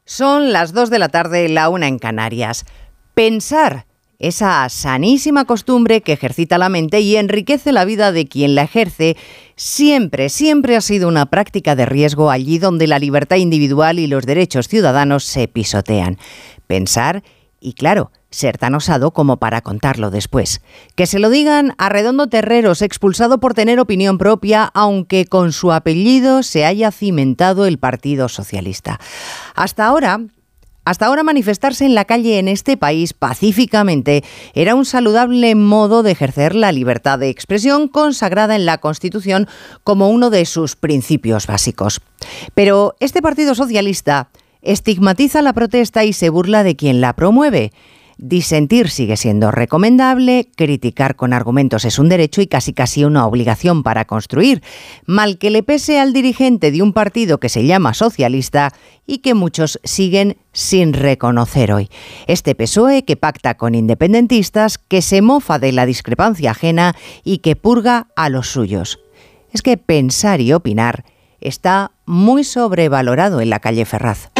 Son las 2 de la tarde, la 1 en Canarias. Pensar, esa sanísima costumbre que ejercita la mente y enriquece la vida de quien la ejerce, siempre ha sido una práctica de riesgo allí donde la libertad individual y los derechos ciudadanos se pisotean. Pensar y, claro, ser tan osado como para contarlo después. Que se lo digan a Redondo Terreros, expulsado por tener opinión propia, aunque con su apellido se haya cimentado el Partido Socialista. Hasta ahora manifestarse en la calle en este país pacíficamente era un saludable modo de ejercer la libertad de expresión consagrada en la Constitución como uno de sus principios básicos. Pero este Partido Socialista estigmatiza la protesta y se burla de quien la promueve. Disentir sigue siendo recomendable, criticar con argumentos es un derecho y casi una obligación para construir. Mal que le pese al dirigente de un partido que se llama socialista y que muchos siguen sin reconocer hoy. Este PSOE que pacta con independentistas, que se mofa de la discrepancia ajena y que purga a los suyos. Es que pensar y opinar está muy sobrevalorado en la calle Ferraz.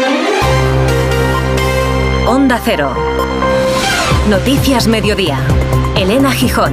Onda Cero. Noticias Mediodía. Elena Gijón.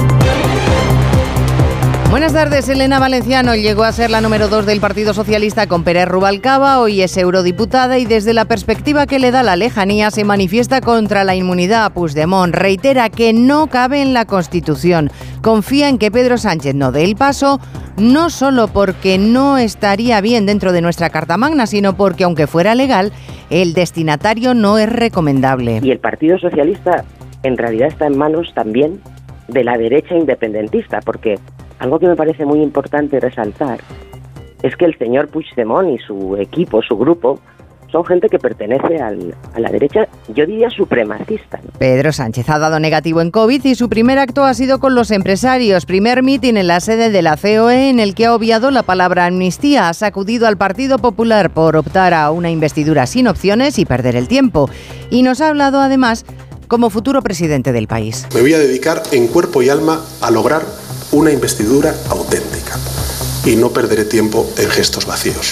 Buenas tardes. Elena Valenciano llegó a ser la número 2 del Partido Socialista con Pérez Rubalcaba, hoy es eurodiputada y desde la perspectiva que le da la lejanía se manifiesta contra la inmunidad a Puigdemont. Reitera que no cabe en la Constitución. Confía en que Pedro Sánchez no dé el paso, no solo porque no estaría bien dentro de nuestra Carta Magna, sino porque aunque fuera legal, el destinatario no es recomendable. Y el Partido Socialista en realidad está en manos también de la derecha independentista, porque algo que me parece muy importante resaltar es que el señor Puigdemont y su equipo, su grupo, son gente que pertenece a la derecha, yo diría supremacista, ¿no? Pedro Sánchez ha dado negativo en COVID y su primer acto ha sido con los empresarios. Primer mitin en la sede de la COE en el que ha obviado la palabra amnistía. Ha sacudido al Partido Popular por optar a una investidura sin opciones y perder el tiempo. Y nos ha hablado además como futuro presidente del país. Me voy a dedicar en cuerpo y alma a lograr una investidura auténtica y no perderé tiempo en gestos vacíos.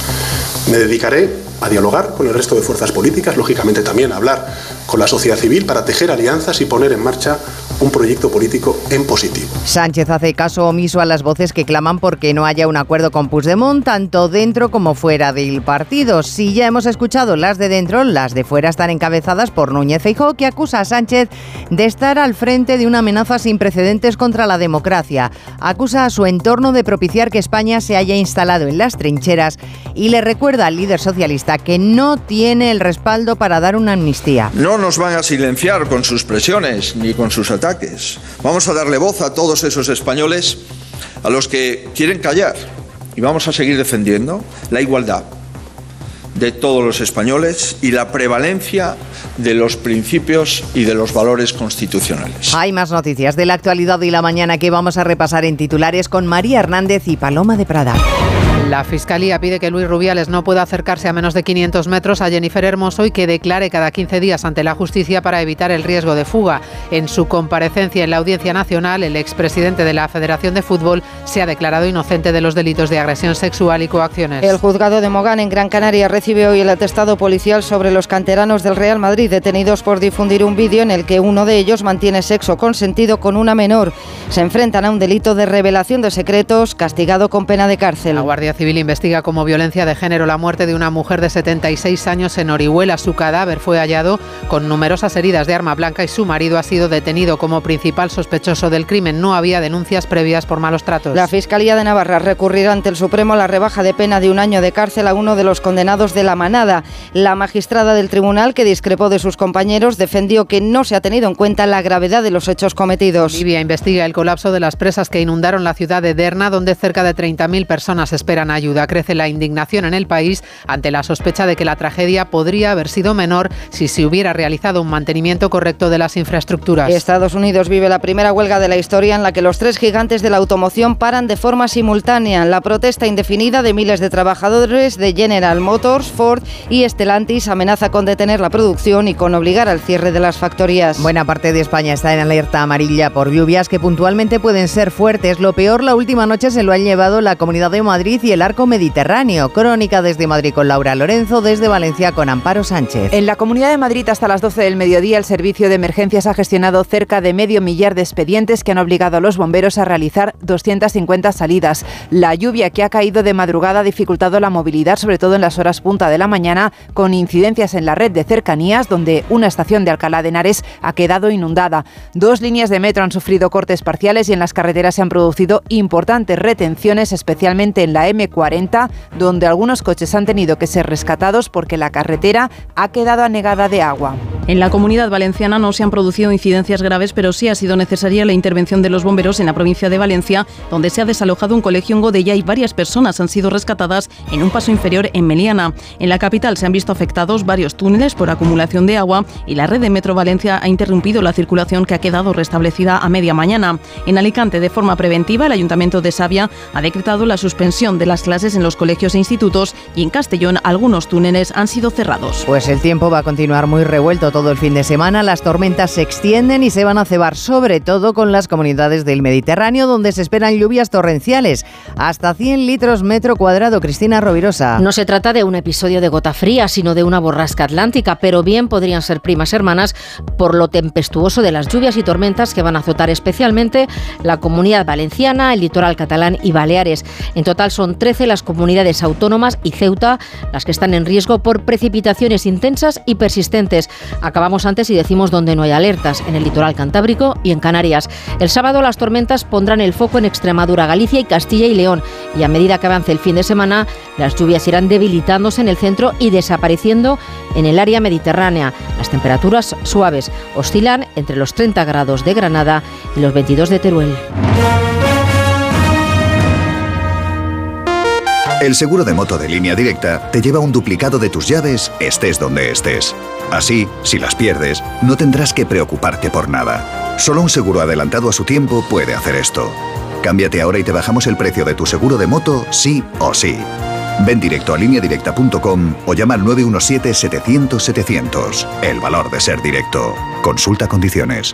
Me dedicaré a dialogar con el resto de fuerzas políticas, lógicamente también a hablar con la sociedad civil para tejer alianzas y poner en marcha un proyecto político en positivo. Sánchez hace caso omiso a las voces que claman porque no haya un acuerdo con Puigdemont, tanto dentro como fuera del partido. Si ya hemos escuchado las de dentro, las de fuera están encabezadas por Núñez Feijóo, que acusa a Sánchez de estar al frente de una amenaza sin precedentes contra la democracia. Acusa a su entorno de propiciar que España se haya instalado en las trincheras y le recuerda al líder socialista que no tiene el respaldo para dar una amnistía. No nos van a silenciar con sus presiones ni con sus ataques. Vamos a darle voz a todos esos españoles a los que quieren callar y vamos a seguir defendiendo la igualdad de todos los españoles y la prevalencia de los principios y de los valores constitucionales. Hay más noticias de la actualidad y la mañana que vamos a repasar en titulares con María Hernández y Paloma de Prada. La Fiscalía pide que Luis Rubiales no pueda acercarse a menos de 500 metros a Jennifer Hermoso y que declare cada 15 días ante la justicia para evitar el riesgo de fuga. En su comparecencia en la Audiencia Nacional, el expresidente de la Federación de Fútbol se ha declarado inocente de los delitos de agresión sexual y coacciones. El juzgado de Mogán, en Gran Canaria, recibe hoy el atestado policial sobre los canteranos del Real Madrid detenidos por difundir un vídeo en el que uno de ellos mantiene sexo consentido con una menor. Se enfrentan a un delito de revelación de secretos castigado con pena de cárcel. La Guardia Civil investiga como violencia de género la muerte de una mujer de 76 años en Orihuela. Su cadáver fue hallado con numerosas heridas de arma blanca y su marido ha sido detenido como principal sospechoso del crimen. No había denuncias previas por malos tratos. La Fiscalía de Navarra recurrirá ante el Supremo la rebaja de pena de 1 año de cárcel a uno de los condenados de La Manada. La magistrada del tribunal, que discrepó de sus compañeros, defendió que no se ha tenido en cuenta la gravedad de los hechos cometidos. Libia investiga el colapso de las presas que inundaron la ciudad de Derna, donde cerca de 30.000 personas esperan ayuda. Crece la indignación en el país ante la sospecha de que la tragedia podría haber sido menor si se hubiera realizado un mantenimiento correcto de las infraestructuras. Estados Unidos vive la primera huelga de la historia en la que los 3 gigantes de la automoción paran de forma simultánea. La protesta indefinida de miles de trabajadores de General Motors, Ford y Stellantis amenaza con detener la producción y con obligar al cierre de las factorías. Buena parte de España está en alerta amarilla por lluvias que puntualmente pueden ser fuertes. Lo peor, la última noche se lo han llevado la Comunidad de Madrid y el arco mediterráneo. Crónica desde Madrid con Laura Lorenzo, desde Valencia con Amparo Sánchez. En la Comunidad de Madrid, hasta las 12 del mediodía, el Servicio de Emergencias ha gestionado cerca de 500.000 de expedientes que han obligado a los bomberos a realizar 250 salidas. La lluvia que ha caído de madrugada ha dificultado la movilidad, sobre todo en las horas punta de la mañana, con incidencias en la red de cercanías, donde una estación de Alcalá de Henares ha quedado inundada. 2 líneas de metro han sufrido cortes parciales y en las carreteras se han producido importantes retenciones, especialmente en la M40, donde algunos coches han tenido que ser rescatados porque la carretera ha quedado anegada de agua. En la Comunidad Valenciana no se han producido incidencias graves, pero sí ha sido necesaria la intervención de los bomberos en la provincia de Valencia, donde se ha desalojado un colegio en Godella y varias personas han sido rescatadas en un paso inferior en Meliana. En la capital se han visto afectados varios túneles por acumulación de agua y la red de Metro Valencia ha interrumpido la circulación, que ha quedado restablecida a media mañana. En Alicante, de forma preventiva, el Ayuntamiento de Savia ha decretado la suspensión de las clases en los colegios e institutos, y en Castellón algunos túneles han sido cerrados. Pues el tiempo va a continuar muy revuelto todo el fin de semana. Las tormentas se extienden y se van a cebar sobre todo con las comunidades del Mediterráneo, donde se esperan lluvias torrenciales, hasta 100 litros metro cuadrado. Cristina Rovirosa. No se trata de un episodio de gota fría, sino de una borrasca atlántica, pero bien podrían ser primas hermanas por lo tempestuoso de las lluvias y tormentas que van a azotar especialmente la Comunidad Valenciana, el litoral catalán y Baleares. En total son 13 las comunidades autónomas y Ceuta las que están en riesgo por precipitaciones intensas y persistentes. Acabamos antes y decimos donde no hay alertas, en el litoral cantábrico y en Canarias. El sábado las tormentas pondrán el foco en Extremadura, Galicia y Castilla y León, y a medida que avance el fin de semana, las lluvias irán debilitándose en el centro y desapareciendo en el área mediterránea. Las temperaturas suaves oscilan entre los 30 grados de Granada y los 22 de Teruel. El seguro de moto de Línea Directa te lleva un duplicado de tus llaves, estés donde estés. Así, si las pierdes, no tendrás que preocuparte por nada. Solo un seguro adelantado a su tiempo puede hacer esto. Cámbiate ahora y te bajamos el precio de tu seguro de moto, sí o sí. Ven directo a lineadirecta.com o llama al 917-700-700. El valor de ser directo. Consulta condiciones.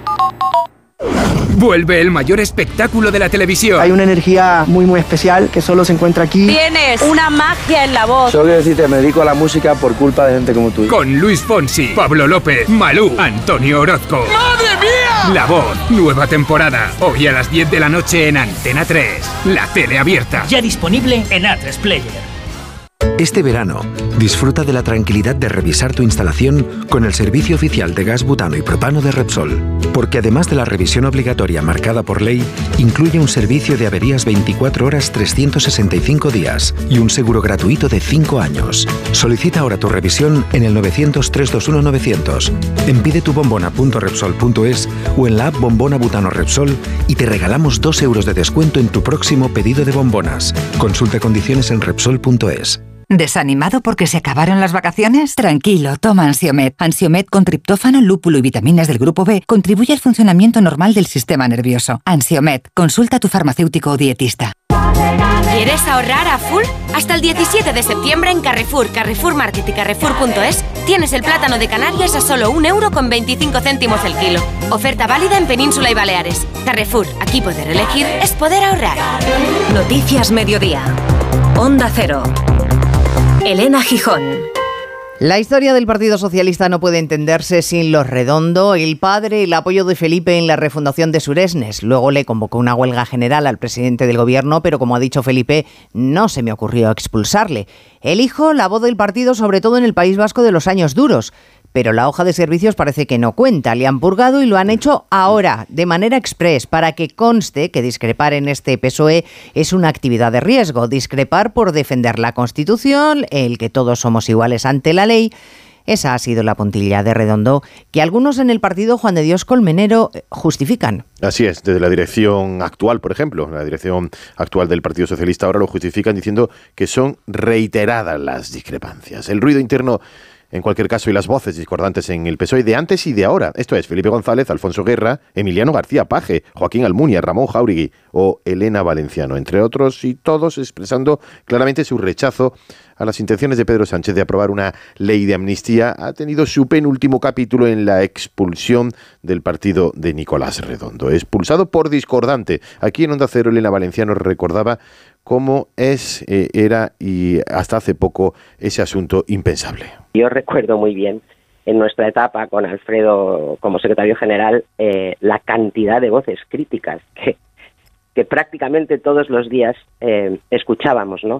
Vuelve el mayor espectáculo de la televisión. Hay una energía muy especial que solo se encuentra aquí. Tienes una magia en la voz. Solo quiero decirte, me dedico a la música por culpa de gente como tú. Con Luis Fonsi, Pablo López, Malú, Antonio Orozco. ¡Madre mía! La Voz, nueva temporada. Hoy a las 10 de la noche en Antena 3. La tele abierta. Ya disponible en A3 Player. Este verano, disfruta de la tranquilidad de revisar tu instalación con el servicio oficial de gas butano y propano de Repsol, porque además de la revisión obligatoria marcada por ley, incluye un servicio de averías 24 horas 365 días y un seguro gratuito de 5 años. Solicita ahora tu revisión en el 900-321-900, en pidetubombona.repsol.es o en la app Bombona Butano Repsol y te regalamos 2 euros de descuento en tu próximo pedido de bombonas. Consulta condiciones en Repsol.es. ¿Desanimado porque se acabaron las vacaciones? Tranquilo, toma Ansiomed. Ansiomed con triptófano, lúpulo y vitaminas del grupo B contribuye al funcionamiento normal del sistema nervioso. Ansiomed, consulta a tu farmacéutico o dietista. ¿Quieres ahorrar a full? Hasta el 17 de septiembre en Carrefour, Carrefour Market y Carrefour.es tienes el plátano de Canarias a solo 1,25 € el kilo. Oferta válida en Península y Baleares. Carrefour, aquí poder elegir es poder ahorrar. Noticias Mediodía. Onda Cero. Elena Gijón. La historia del Partido Socialista no puede entenderse sin Los Redondo, el padre, el apoyo de Felipe en la refundación de Suresnes. Luego le convocó una huelga general al presidente del gobierno, pero como ha dicho Felipe, no se me ocurrió expulsarle. El hijo, la voz del partido, sobre todo en el País Vasco de los años duros. Pero la hoja de servicios parece que no cuenta. Le han purgado y lo han hecho ahora, de manera exprés, para que conste que discrepar en este PSOE es una actividad de riesgo. Discrepar por defender la Constitución, el que todos somos iguales ante la ley. Esa ha sido la puntilla de Redondo que algunos en el partido Juan de Dios Colmenero justifican. Así es, desde la dirección actual, por ejemplo, la dirección actual del Partido Socialista ahora lo justifican diciendo que son reiteradas las discrepancias. El ruido interno, en cualquier caso, y las voces discordantes en el PSOE de antes y de ahora. Esto es Felipe González, Alfonso Guerra, Emiliano García Paje, Joaquín Almunia, Ramón Jáuregui o Elena Valenciano, entre otros, y todos expresando claramente su rechazo a las intenciones de Pedro Sánchez de aprobar una ley de amnistía ha tenido su penúltimo capítulo en la expulsión del partido de Nicolás Redondo. Expulsado por discordante. Aquí en Onda Cero, Elena Valenciano recordaba cómo era y hasta hace poco ese asunto impensable. Yo recuerdo muy bien en nuestra etapa con Alfredo como secretario general la cantidad de voces críticas que prácticamente todos los días escuchábamos, ¿no?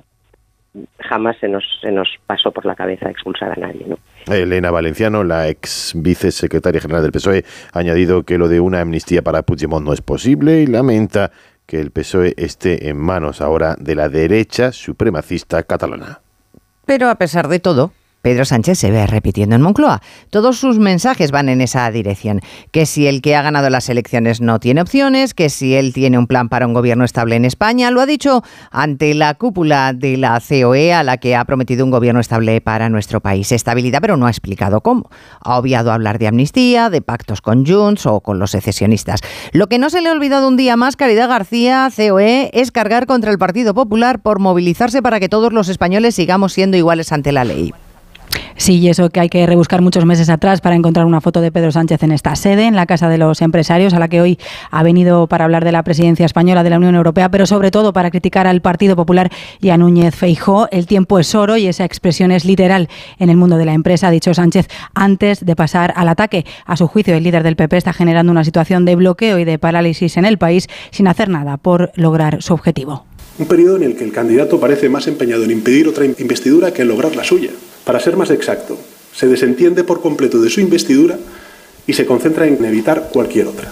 Jamás se nos pasó por la cabeza expulsar a nadie, ¿no? Elena Valenciano, la ex vicesecretaria general del PSOE, ha añadido que lo de una amnistía para Puigdemont no es posible y lamenta que el PSOE esté en manos ahora de la derecha supremacista catalana. Pero a pesar de todo, Pedro Sánchez se ve repitiendo en Moncloa. Todos sus mensajes van en esa dirección. Que si el que ha ganado las elecciones no tiene opciones, que si él tiene un plan para un gobierno estable en España. Lo ha dicho ante la cúpula de la COE, a la que ha prometido un gobierno estable para nuestro país. Estabilidad, pero no ha explicado cómo. Ha obviado hablar de amnistía, de pactos con Junts o con los secesionistas. Lo que no se le ha olvidado un día más, Caridad García, COE, es cargar contra el Partido Popular por movilizarse para que todos los españoles sigamos siendo iguales ante la ley. Sí, y eso que hay que rebuscar muchos meses atrás para encontrar una foto de Pedro Sánchez en esta sede, en la Casa de los Empresarios, a la que hoy ha venido para hablar de la presidencia española de la Unión Europea, pero sobre todo para criticar al Partido Popular y a Núñez Feijóo. El tiempo es oro y esa expresión es literal en el mundo de la empresa, ha dicho Sánchez antes de pasar al ataque. A su juicio, el líder del PP está generando una situación de bloqueo y de parálisis en el país sin hacer nada por lograr su objetivo. Un periodo en el que el candidato parece más empeñado en impedir otra investidura que en lograr la suya. Para ser más exacto, se desentiende por completo de su investidura y se concentra en evitar cualquier otra.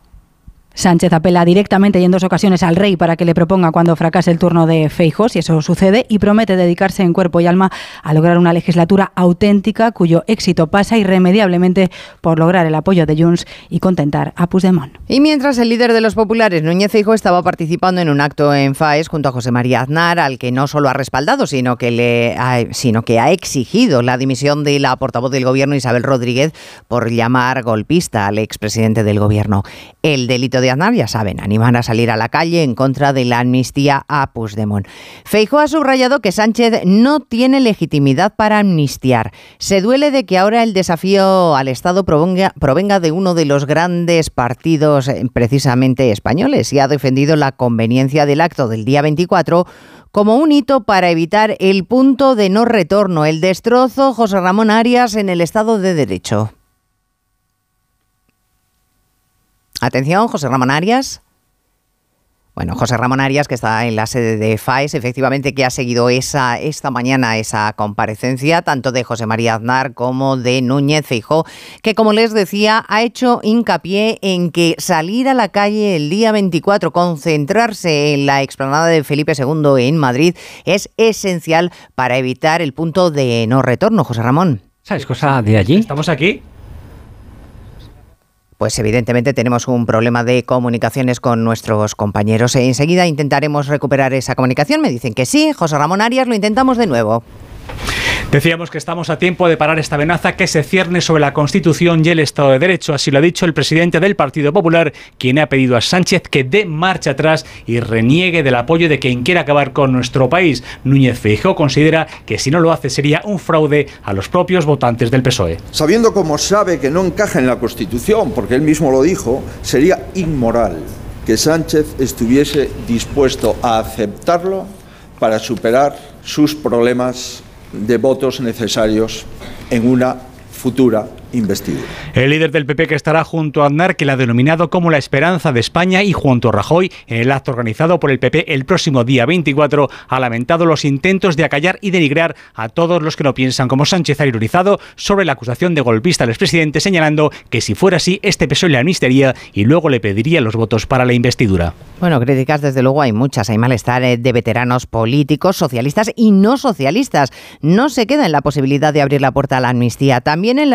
Sánchez apela directamente y en 2 ocasiones al rey para que le proponga cuando fracase el turno de Feijóo, si eso sucede, y promete dedicarse en cuerpo y alma a lograr una legislatura auténtica cuyo éxito pasa irremediablemente por lograr el apoyo de Junts y contentar a Puigdemont. Y mientras el líder de los populares, Núñez Feijóo, estaba participando en un acto en Faes junto a José María Aznar, al que no solo ha respaldado, sino que ha exigido la dimisión de la portavoz del gobierno, Isabel Rodríguez, por llamar golpista al expresidente del gobierno. El delito de Aznar, ya saben, animan a salir a la calle en contra de la amnistía a Puigdemont. Feijóo ha subrayado que Sánchez no tiene legitimidad para amnistiar. Se duele de que ahora el desafío al Estado provenga de uno de los grandes partidos precisamente españoles y ha defendido la conveniencia del acto del día 24 como un hito para evitar el punto de no retorno, el destrozo, José Ramón Arias, en el Estado de Derecho. Atención, José Ramón Arias. Bueno, José Ramón Arias, que está en la sede de Faes, efectivamente que ha seguido esta mañana esa comparecencia, tanto de José María Aznar como de Núñez Feijóo, que, como les decía, ha hecho hincapié en que salir a la calle el día 24, concentrarse en la explanada de Felipe II en Madrid, es esencial para evitar el punto de no retorno. José Ramón. ¿Sabes cosa de allí? ¿Estamos aquí? Pues evidentemente tenemos un problema de comunicaciones con nuestros compañeros. Enseguida intentaremos recuperar esa comunicación. Me dicen que sí. José Ramón Arias, lo intentamos de nuevo. Decíamos que estamos a tiempo de parar esta amenaza que se cierne sobre la Constitución y el Estado de Derecho. Así lo ha dicho el presidente del Partido Popular, quien ha pedido a Sánchez que dé marcha atrás y reniegue del apoyo de quien quiera acabar con nuestro país. Núñez Feijóo considera que si no lo hace sería un fraude a los propios votantes del PSOE. Sabiendo como sabe que no encaja en la Constitución, porque él mismo lo dijo, sería inmoral que Sánchez estuviese dispuesto a aceptarlo para superar sus problemas de votos necesarios en una futura investidura. El líder del PP, que estará junto a Aznar, que la ha denominado como la esperanza de España, y junto a Rajoy, en el acto organizado por el PP el próximo día 24, ha lamentado los intentos de acallar y denigrar a todos los que no piensan como Sánchez. Ha ironizado sobre la acusación de golpista al expresidente, señalando que si fuera así, este PSOE le amnistiaría y luego le pediría los votos para la investidura. Bueno, críticas desde luego hay muchas. Hay malestar de veteranos políticos, socialistas y no socialistas. No se queda en la posibilidad de abrir la puerta a la amnistía. También en la luz verde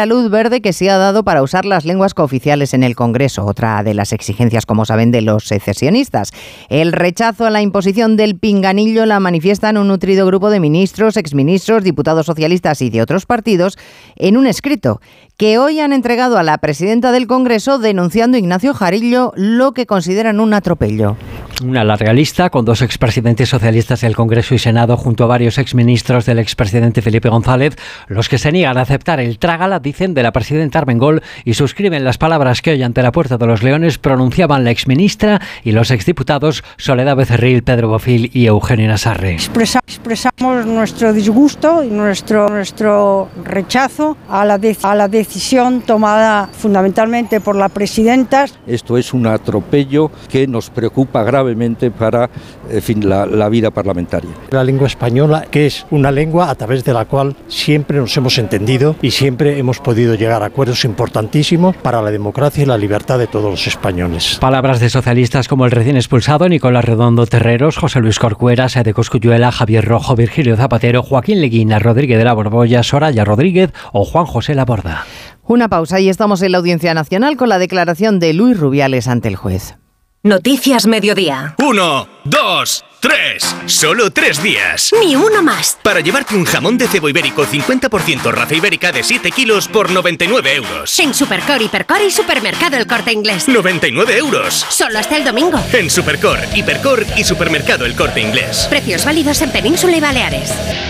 verde que se ha dado para usar las lenguas cooficiales en el Congreso, otra de las exigencias, como saben, de los secesionistas. El rechazo a la imposición del pinganillo la manifiestan un nutrido grupo de ministros, exministros, diputados socialistas y de otros partidos en un escrito que hoy han entregado a la presidenta del Congreso, denunciando Ignacio Jarillo lo que consideran un atropello. Una larga lista con 2 expresidentes socialistas del Congreso y Senado junto a varios exministros del expresidente Felipe González, los que se niegan a aceptar el trágala, dicen, de la presidenta Armengol y suscriben las palabras que hoy ante la Puerta de los Leones pronunciaban la exministra y los exdiputados Soledad Becerril, Pedro Bofil y Eugenio Nasarre. Expresamos nuestro disgusto y nuestro rechazo a la decisión tomada fundamentalmente por la presidenta. Esto es un atropello que nos preocupa gravemente para la vida parlamentaria. La lengua española, que es una lengua a través de la cual siempre nos hemos entendido y siempre hemos podido llegar a acuerdos importantísimos para la democracia y la libertad de todos los españoles. Palabras de socialistas como el recién expulsado Nicolás Redondo Terreros, José Luis Corcuera, Sede Cosculluela, Javier Rojo, Virgilio Zapatero, Joaquín Leguina, Rodríguez de la Borbolla, Soraya Rodríguez o Juan José Laborda. Una pausa y estamos en la Audiencia Nacional con la declaración de Luis Rubiales ante el juez. Noticias Mediodía. 1, 2, 3. Solo 3 días. Ni uno más. Para llevarte un jamón de cebo ibérico 50% raza ibérica de 7 kilos por 99 euros. En Supercor, Hipercor y Supermercado El Corte Inglés. 99 euros. Solo hasta el domingo. En Supercor, Hipercor y Supermercado El Corte Inglés. Precios válidos en Península y Baleares.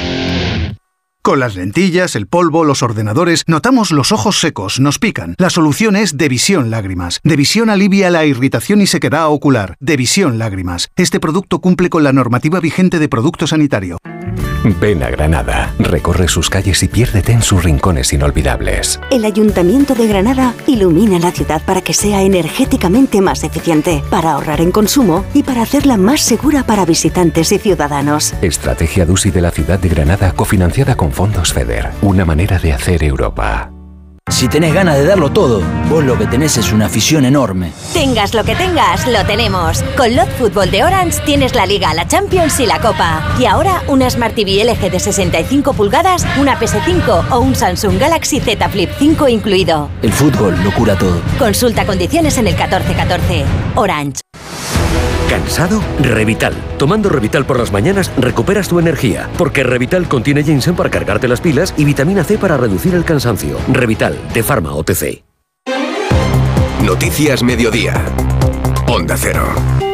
Con las lentillas, el polvo, los ordenadores, notamos los ojos secos, nos pican. La solución es Devisión Lágrimas. Devisión alivia la irritación y sequedad ocular. Devisión Lágrimas. Este producto cumple con la normativa vigente de producto sanitario. Ven a Granada, recorre sus calles y piérdete en sus rincones inolvidables. El Ayuntamiento de Granada ilumina la ciudad para que sea energéticamente más eficiente, para ahorrar en consumo y para hacerla más segura para visitantes y ciudadanos. Estrategia DUSI de la ciudad de Granada, cofinanciada con fondos FEDER. Una manera de hacer Europa. Si tenés ganas de darlo todo, vos lo que tenés es una afición enorme. Tengas lo que tengas, lo tenemos. Con Lot Fútbol de Orange tienes la Liga, la Champions y la Copa. Y ahora una Smart TV LG de 65 pulgadas, una PS5 o un Samsung Galaxy Z Flip 5 incluido. El fútbol lo cura todo. Consulta condiciones en el 1414. Orange. ¿Cansado? Revital. Tomando Revital por las mañanas recuperas tu energía, porque Revital contiene ginseng para cargarte las pilas y vitamina C para reducir el cansancio. Revital, de Pharma OTC. Noticias Mediodía. Onda Cero.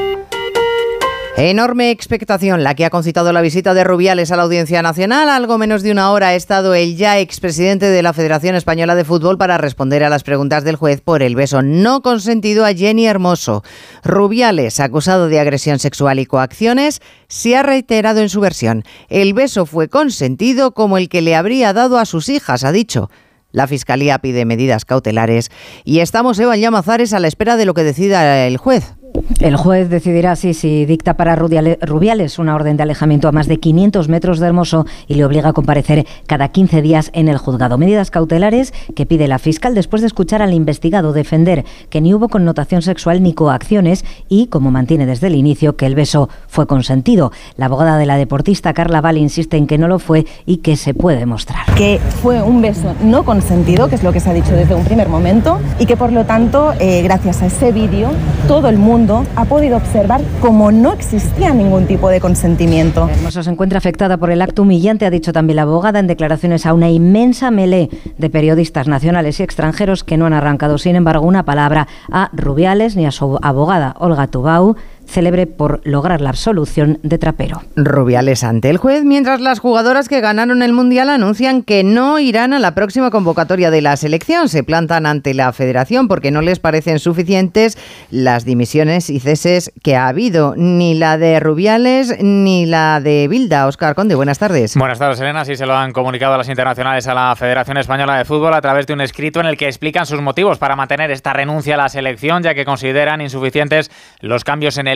Enorme expectación la que ha concitado la visita de Rubiales a la Audiencia Nacional. Algo menos de una hora ha estado el ya expresidente de la Federación Española de Fútbol para responder a las preguntas del juez por el beso no consentido a Jenny Hermoso. Rubiales, acusado de agresión sexual y coacciones, se ha reiterado en su versión. El beso fue consentido como el que le habría dado a sus hijas, ha dicho. La Fiscalía pide medidas cautelares y estamos, Eva Llamazares, a la espera de lo que decida el juez. El juez decidirá si dicta para Rubiales una orden de alejamiento a más de 500 metros de Hermoso y le obliga a comparecer cada 15 días en el juzgado. Medidas cautelares que pide la fiscal después de escuchar al investigado defender que ni hubo connotación sexual ni coacciones y, como mantiene desde el inicio, que el beso fue consentido. La abogada de la deportista, Carla Val, insiste en que no lo fue y que se puede demostrar. Que fue un beso no consentido, que es lo que se ha dicho desde un primer momento, y que por lo tanto, gracias a ese vídeo, todo el mundo ha podido observar cómo no existía ningún tipo de consentimiento. Hermoso se encuentra afectada por el acto humillante, ha dicho también la abogada en declaraciones a una inmensa melé de periodistas nacionales y extranjeros que no han arrancado, sin embargo, una palabra a Rubiales ni a su abogada Olga Tubau, célebre por lograr la absolución de Trapero. Rubiales ante el juez, mientras las jugadoras que ganaron el Mundial anuncian que no irán a la próxima convocatoria de la selección. Se plantan ante la Federación porque no les parecen suficientes las dimisiones y ceses que ha habido, ni la de Rubiales ni la de Bilda. Óscar Conde, buenas tardes. Buenas tardes, Elena. Sí se lo han comunicado las internacionales a la Federación Española de Fútbol a través de un escrito en el que explican sus motivos para mantener esta renuncia a la selección, ya que consideran insuficientes los cambios en el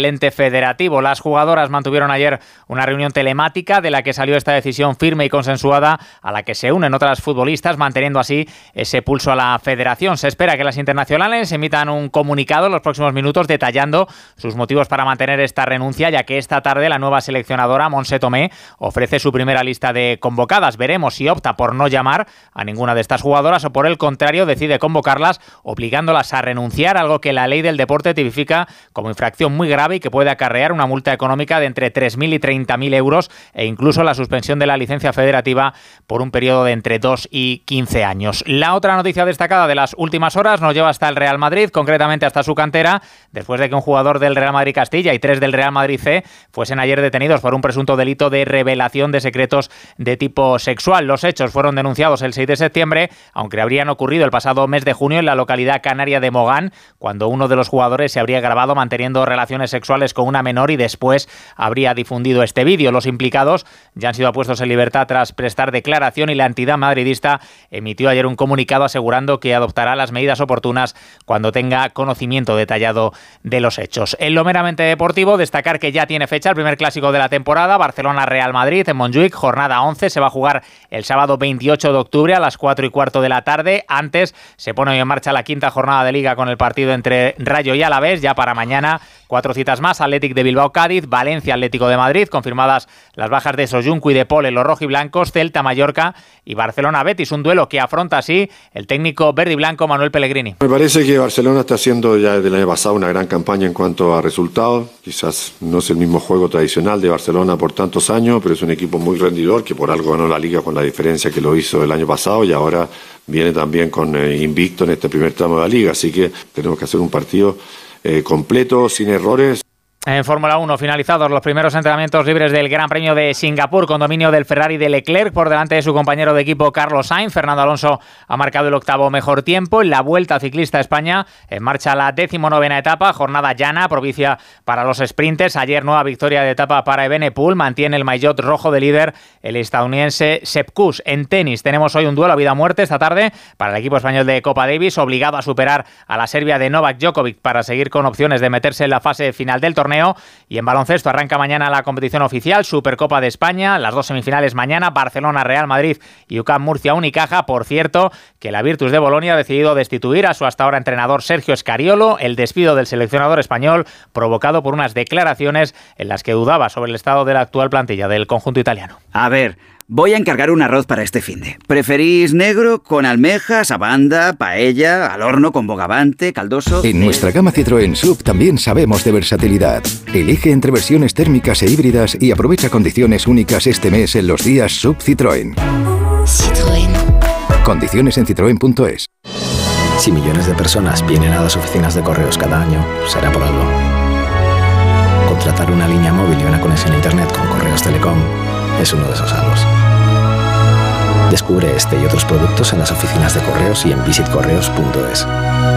del ente federativo. Las jugadoras mantuvieron ayer una reunión telemática de la que salió esta decisión firme y consensuada, a la que se unen otras futbolistas, manteniendo así ese pulso a la federación. Se espera que las internacionales emitan un comunicado en los próximos minutos detallando sus motivos para mantener esta renuncia, ya que esta tarde la nueva seleccionadora, Montse Tomé, ofrece su primera lista de convocadas. Veremos si opta por no llamar a ninguna de estas jugadoras o por el contrario decide convocarlas obligándolas a renunciar, algo que la ley del deporte tipifica como infracción muy grave y que puede acarrear una multa económica de entre 3.000 y 30.000 euros e incluso la suspensión de la licencia federativa por un periodo de entre 2 y 15 años. La otra noticia destacada de las últimas horas nos lleva hasta el Real Madrid, concretamente hasta su cantera, después de que un jugador del Real Madrid Castilla y 3 del Real Madrid C fuesen ayer detenidos por un presunto delito de revelación de secretos de tipo sexual. Los hechos fueron denunciados el 6 de septiembre, aunque habrían ocurrido el pasado mes de junio en la localidad canaria de Mogán, cuando uno de los jugadores se habría grabado manteniendo relaciones sexuales con una menor y después habría difundido este vídeo. Los implicados ya han sido puestos en libertad tras prestar declaración y la entidad madridista emitió ayer un comunicado asegurando que adoptará las medidas oportunas cuando tenga conocimiento detallado de los hechos. En lo meramente deportivo, destacar que ya tiene fecha el primer clásico de la temporada, Barcelona-Real Madrid en Montjuic, jornada 11, se va a jugar el sábado 28 de octubre a las 4:15 de la tarde. Antes se pone hoy en marcha la quinta jornada de Liga con el partido entre Rayo y Alavés, ya para mañana 4 citas más, Athletic de Bilbao-Cádiz, Valencia-Atlético de Madrid, confirmadas las bajas de Soyuncu y de Paul en los rojiblancos, Celta-Mallorca y Barcelona-Betis, un duelo que afronta así el técnico verde y blanco Manuel Pellegrini. Me parece que Barcelona está haciendo ya desde el año pasado una gran campaña en cuanto a resultados, quizás no es el mismo juego tradicional de Barcelona por tantos años, pero es un equipo muy rendidor que por algo ganó la Liga con la diferencia que lo hizo el año pasado y ahora viene también con invicto en este primer tramo de la Liga, así que tenemos que hacer un partido completo, sin errores. En Fórmula 1, finalizados los primeros entrenamientos libres del Gran Premio de Singapur con dominio del Ferrari de Leclerc por delante de su compañero de equipo Carlos Sainz. Fernando Alonso ha marcado el octavo mejor tiempo. En la Vuelta Ciclista a España en marcha la 19ª etapa, jornada llana, propicia para los sprinters. Ayer nueva victoria de etapa para Evenepoel, mantiene el maillot rojo de líder el estadounidense Sepp Kuss. En tenis tenemos hoy un duelo a vida o muerte esta tarde para el equipo español de Copa Davis, obligado a superar a la Serbia de Novak Djokovic para seguir con opciones de meterse en la fase final del torneo. Y en baloncesto arranca mañana la competición oficial, Supercopa de España, las dos semifinales mañana, Barcelona, Real Madrid y UCAM Murcia, Unicaja. Por cierto, que la Virtus de Bolonia ha decidido destituir a su hasta ahora entrenador Sergio Escariolo, el despido del seleccionador español provocado por unas declaraciones en las que dudaba sobre el estado de la actual plantilla del conjunto italiano. A ver, voy a encargar un arroz para este finde. ¿Preferís negro, con almejas, abanda, paella, al horno, con bogavante, caldoso? En nuestra gama Citroën Sub también sabemos de versatilidad. Elige entre versiones térmicas e híbridas y aprovecha condiciones únicas este mes en los días Sub Citroën. Citroën. Condiciones en citroen.es. Si millones de personas vienen a las oficinas de correos cada año, será por algo. Contratar una línea móvil y una conexión a internet con Correos Telecom es uno de esos algos. Descubre este y otros productos en las oficinas de correos y en visitcorreos.es.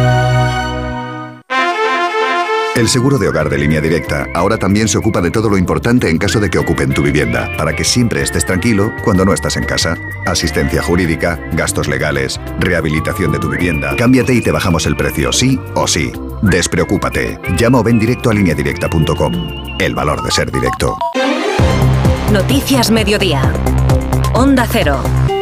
El seguro de hogar de Línea Directa ahora también se ocupa de todo lo importante en caso de que ocupen tu vivienda, para que siempre estés tranquilo cuando no estás en casa. Asistencia jurídica, gastos legales, rehabilitación de tu vivienda. Cámbiate y te bajamos el precio, sí o sí. Despreocúpate. Llama o ven directo a lineadirecta.com. El valor de ser directo. Noticias Mediodía. Onda Cero.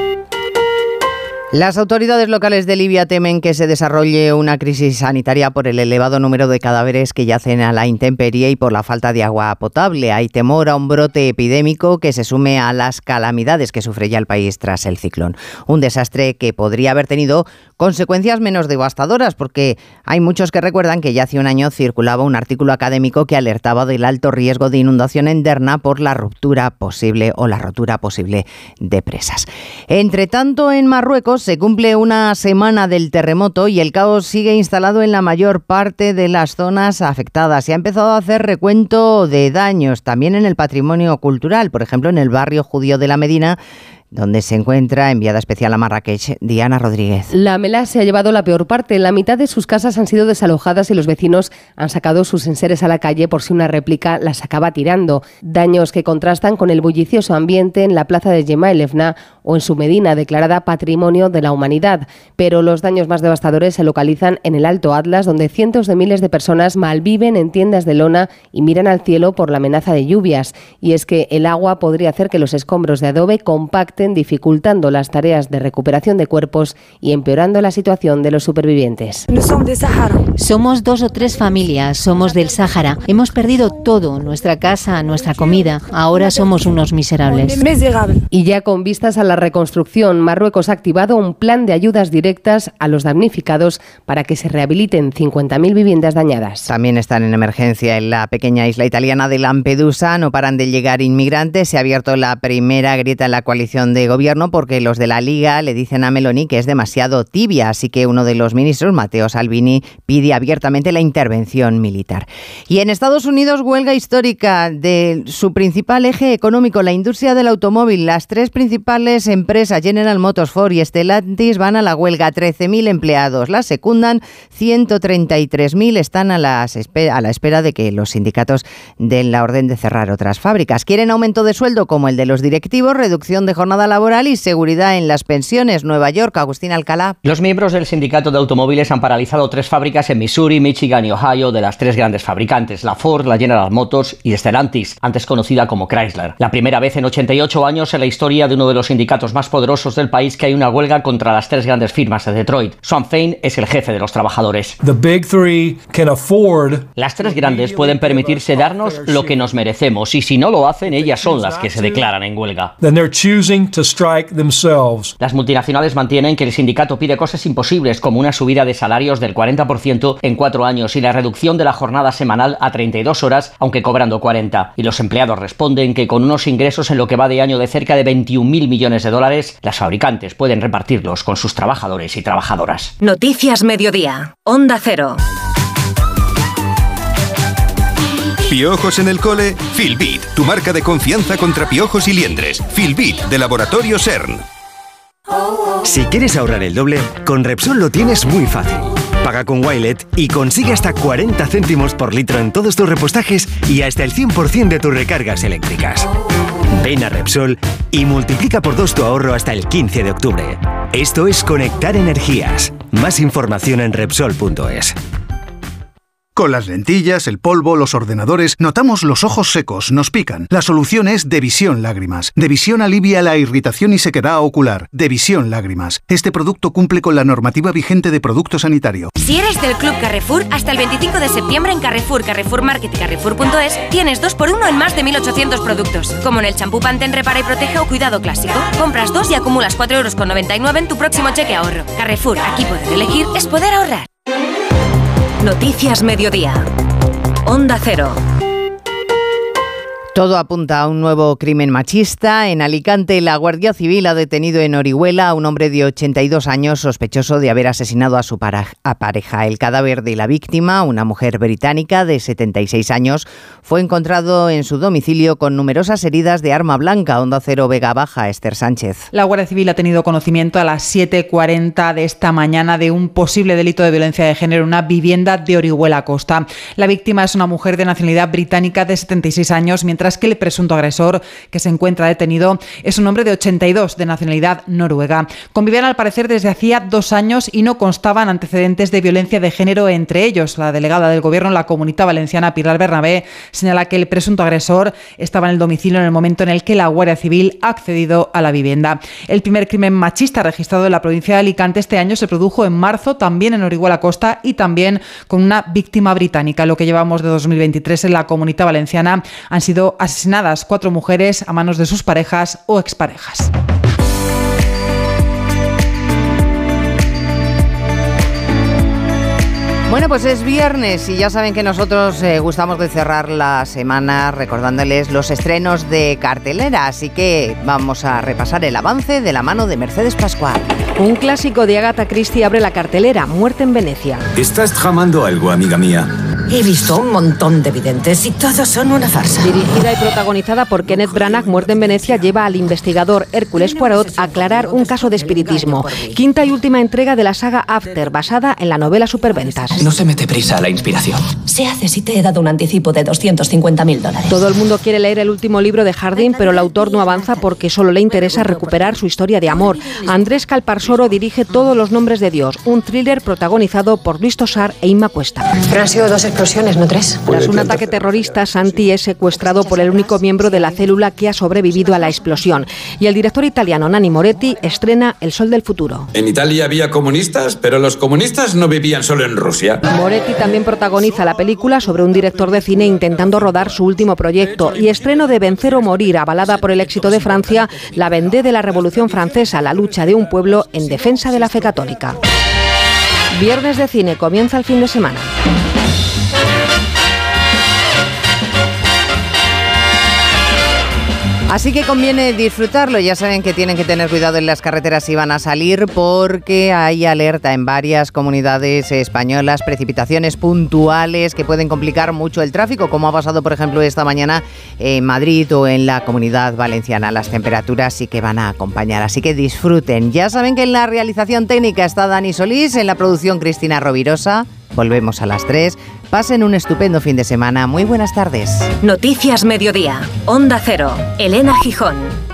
Las autoridades locales de Libia temen que se desarrolle una crisis sanitaria por el elevado número de cadáveres que yacen a la intemperie y por la falta de agua potable. Hay temor a un brote epidémico que se sume a las calamidades que sufre ya el país tras el ciclón. Un desastre que podría haber tenido consecuencias menos devastadoras, porque hay muchos que recuerdan que ya hace un año circulaba un artículo académico que alertaba del alto riesgo de inundación en Derna por la ruptura posible o la rotura posible de presas. Entre tanto, en Marruecos se cumple una semana del terremoto y el caos sigue instalado en la mayor parte de las zonas afectadas. Se ha empezado a hacer recuento de daños también en el patrimonio cultural, por ejemplo en el barrio judío de la Medina, donde se encuentra enviada especial a Marrakech, Diana Rodríguez. La Mela se ha llevado la peor parte. La mitad de sus casas han sido desalojadas y los vecinos han sacado sus enseres a la calle por si una réplica las acaba tirando. Daños que contrastan con el bullicioso ambiente en la plaza de Yema el Efna o en su Medina, declarada Patrimonio de la Humanidad. Pero los daños más devastadores se localizan en el Alto Atlas, donde cientos de miles de personas malviven en tiendas de lona y miran al cielo por la amenaza de lluvias. Y es que el agua podría hacer que los escombros de adobe compacten, dificultando las tareas de recuperación de cuerpos y empeorando la situación de los supervivientes. Somos 2 o 3 familias, somos del Sáhara. Hemos perdido todo, nuestra casa, nuestra comida. Ahora somos unos miserables. Y ya con vistas a la reconstrucción, Marruecos ha activado un plan de ayudas directas a los damnificados para que se rehabiliten 50.000 viviendas dañadas. También están en emergencia en la pequeña isla italiana de Lampedusa. No paran de llegar inmigrantes. Se ha abierto la primera grieta en la coalición de gobierno porque los de la Liga le dicen a Meloni que es demasiado tibia. Así que uno de los ministros, Matteo Salvini, pide abiertamente la intervención militar. Y en Estados Unidos, huelga histórica de su principal eje económico, la industria del automóvil. Las 3 principales empresas, General Motors, Ford y Stellantis, van a la huelga. 13.000 empleados la secundan, 133.000 están a la espera de que los sindicatos den la orden de cerrar otras fábricas. Quieren aumento de sueldo como el de los directivos, reducción de jornada laboral y seguridad en las pensiones. Nueva York, Agustín Alcalá. Los miembros del sindicato de automóviles han paralizado 3 fábricas en Missouri, Michigan y Ohio de las 3 grandes fabricantes, la Ford, la General Motors y Stellantis, antes conocida como Chrysler. La primera vez en 88 años en la historia de uno de los sindicatos más poderosos del país que hay una huelga contra las 3 grandes firmas de Detroit. Sean Fein es el jefe de los trabajadores. Las 3 grandes pueden permitirse darnos lo que nos merecemos y si no lo hacen, ellas son las que se declaran en huelga. Las multinacionales mantienen que el sindicato pide cosas imposibles como una subida de salarios del 40% en 4 años y la reducción de la jornada semanal a 32 horas, aunque cobrando 40. Y los empleados responden que con unos ingresos en lo que va de año de cerca de 21.000 millones de dólares, las fabricantes pueden repartirlos con sus trabajadores y trabajadoras. Noticias Mediodía. Onda Cero. ¿Piojos en el cole? Filbit, tu marca de confianza contra piojos y liendres. Filbit, de Laboratorio CERN. Si quieres ahorrar el doble, con Repsol lo tienes muy fácil. Paga con Wilet y consigue hasta 40 céntimos por litro en todos tus repostajes y hasta el 100% de tus recargas eléctricas. Ven a Repsol y multiplica por 2 tu ahorro hasta el 15 de octubre. Esto es conectar energías. Más información en Repsol.es. Con las lentillas, el polvo, los ordenadores, notamos los ojos secos, nos pican. La solución es Devisión Lágrimas. Devisión alivia la irritación y sequedad ocular. Devisión Lágrimas. Este producto cumple con la normativa vigente de producto sanitario. Si eres del Club Carrefour, hasta el 25 de septiembre en Carrefour, Carrefour Market y Carrefour.es tienes 2x1 en más de 1.800 productos. Como en el champú Pantene Repara y Protege o Cuidado Clásico. Compras 2 y acumulas 4,99 € en tu próximo cheque ahorro. Carrefour, aquí poder elegir es poder ahorrar. Noticias Mediodía. Onda Cero. Todo apunta a un nuevo crimen machista. En Alicante, la Guardia Civil ha detenido en Orihuela a un hombre de 82 años sospechoso de haber asesinado a su pareja. El cadáver de la víctima, una mujer británica de 76 años, fue encontrado en su domicilio con numerosas heridas de arma blanca. Onda Cero, Vega Baja, Esther Sánchez. La Guardia Civil ha tenido conocimiento a las 7:40 de esta mañana de un posible delito de violencia de género en una vivienda de Orihuela Costa. La víctima es una mujer de nacionalidad británica de 76 años, mientras que el presunto agresor, que se encuentra detenido, es un hombre de 82 de nacionalidad noruega. Convivían al parecer desde hacía 2 años y no constaban antecedentes de violencia de género entre ellos. La delegada del Gobierno en la Comunitat Valenciana, Pilar Bernabé, señala que el presunto agresor estaba en el domicilio en el momento en el que la Guardia Civil ha accedido a la vivienda. El primer crimen machista registrado en la provincia de Alicante este año se produjo en marzo, también en Orihuela Costa y también con una víctima británica. En lo que llevamos de 2023 en la Comunitat Valenciana han sido asesinadas 4 mujeres a manos de sus parejas o exparejas. Bueno, pues es viernes y ya saben que nosotros gustamos de cerrar la semana recordándoles los estrenos de cartelera, así que vamos a repasar el avance de la mano de Mercedes Pascual. Un clásico de Agatha Christie abre la cartelera, Muerte en Venecia. ¿Estás tramando algo, amiga mía? He visto un montón de videntes y todos son una farsa. Dirigida y protagonizada por Kenneth Branagh, Muerte en Venecia lleva al investigador Hércules Poirot a aclarar un caso de espiritismo. Quinta y última entrega de la saga After, basada en la novela Superventas. No se mete prisa a la inspiración. Se hace si te he dado un anticipo de $250.000. Todo el mundo quiere leer el último libro de Harding, pero el autor no avanza porque solo le interesa recuperar su historia de amor. Andrés Calparsoro dirige Todos los nombres de Dios, un thriller protagonizado por Luis Tosar e Inma Cuesta. Pero han sido 2 explosiones, no 3. Tras un ataque terrorista, Santi es secuestrado por el único miembro de la célula que ha sobrevivido a la explosión. Y el director italiano Nanni Moretti estrena El sol del futuro. En Italia había comunistas, pero los comunistas no vivían solo en Rusia. Moretti también protagoniza la película sobre un director de cine intentando rodar su último proyecto, y estreno de Vencer o morir, avalada por el éxito de Francia, la Vendée de la Revolución Francesa, la lucha de un pueblo en defensa de la fe católica. Viernes de cine, comienza el fin de semana. Así que conviene disfrutarlo. Ya saben que tienen que tener cuidado en las carreteras si van a salir, porque hay alerta en varias comunidades españolas, precipitaciones puntuales que pueden complicar mucho el tráfico, como ha pasado, por ejemplo, esta mañana en Madrid o en la Comunidad Valenciana. Las temperaturas sí que van a acompañar, así que disfruten. Ya saben que en la realización técnica está Dani Solís, en la producción Cristina Rovirosa. Volvemos a las 3. Pasen un estupendo fin de semana. Muy buenas tardes. Noticias Mediodía. Onda Cero. Elena Gijón.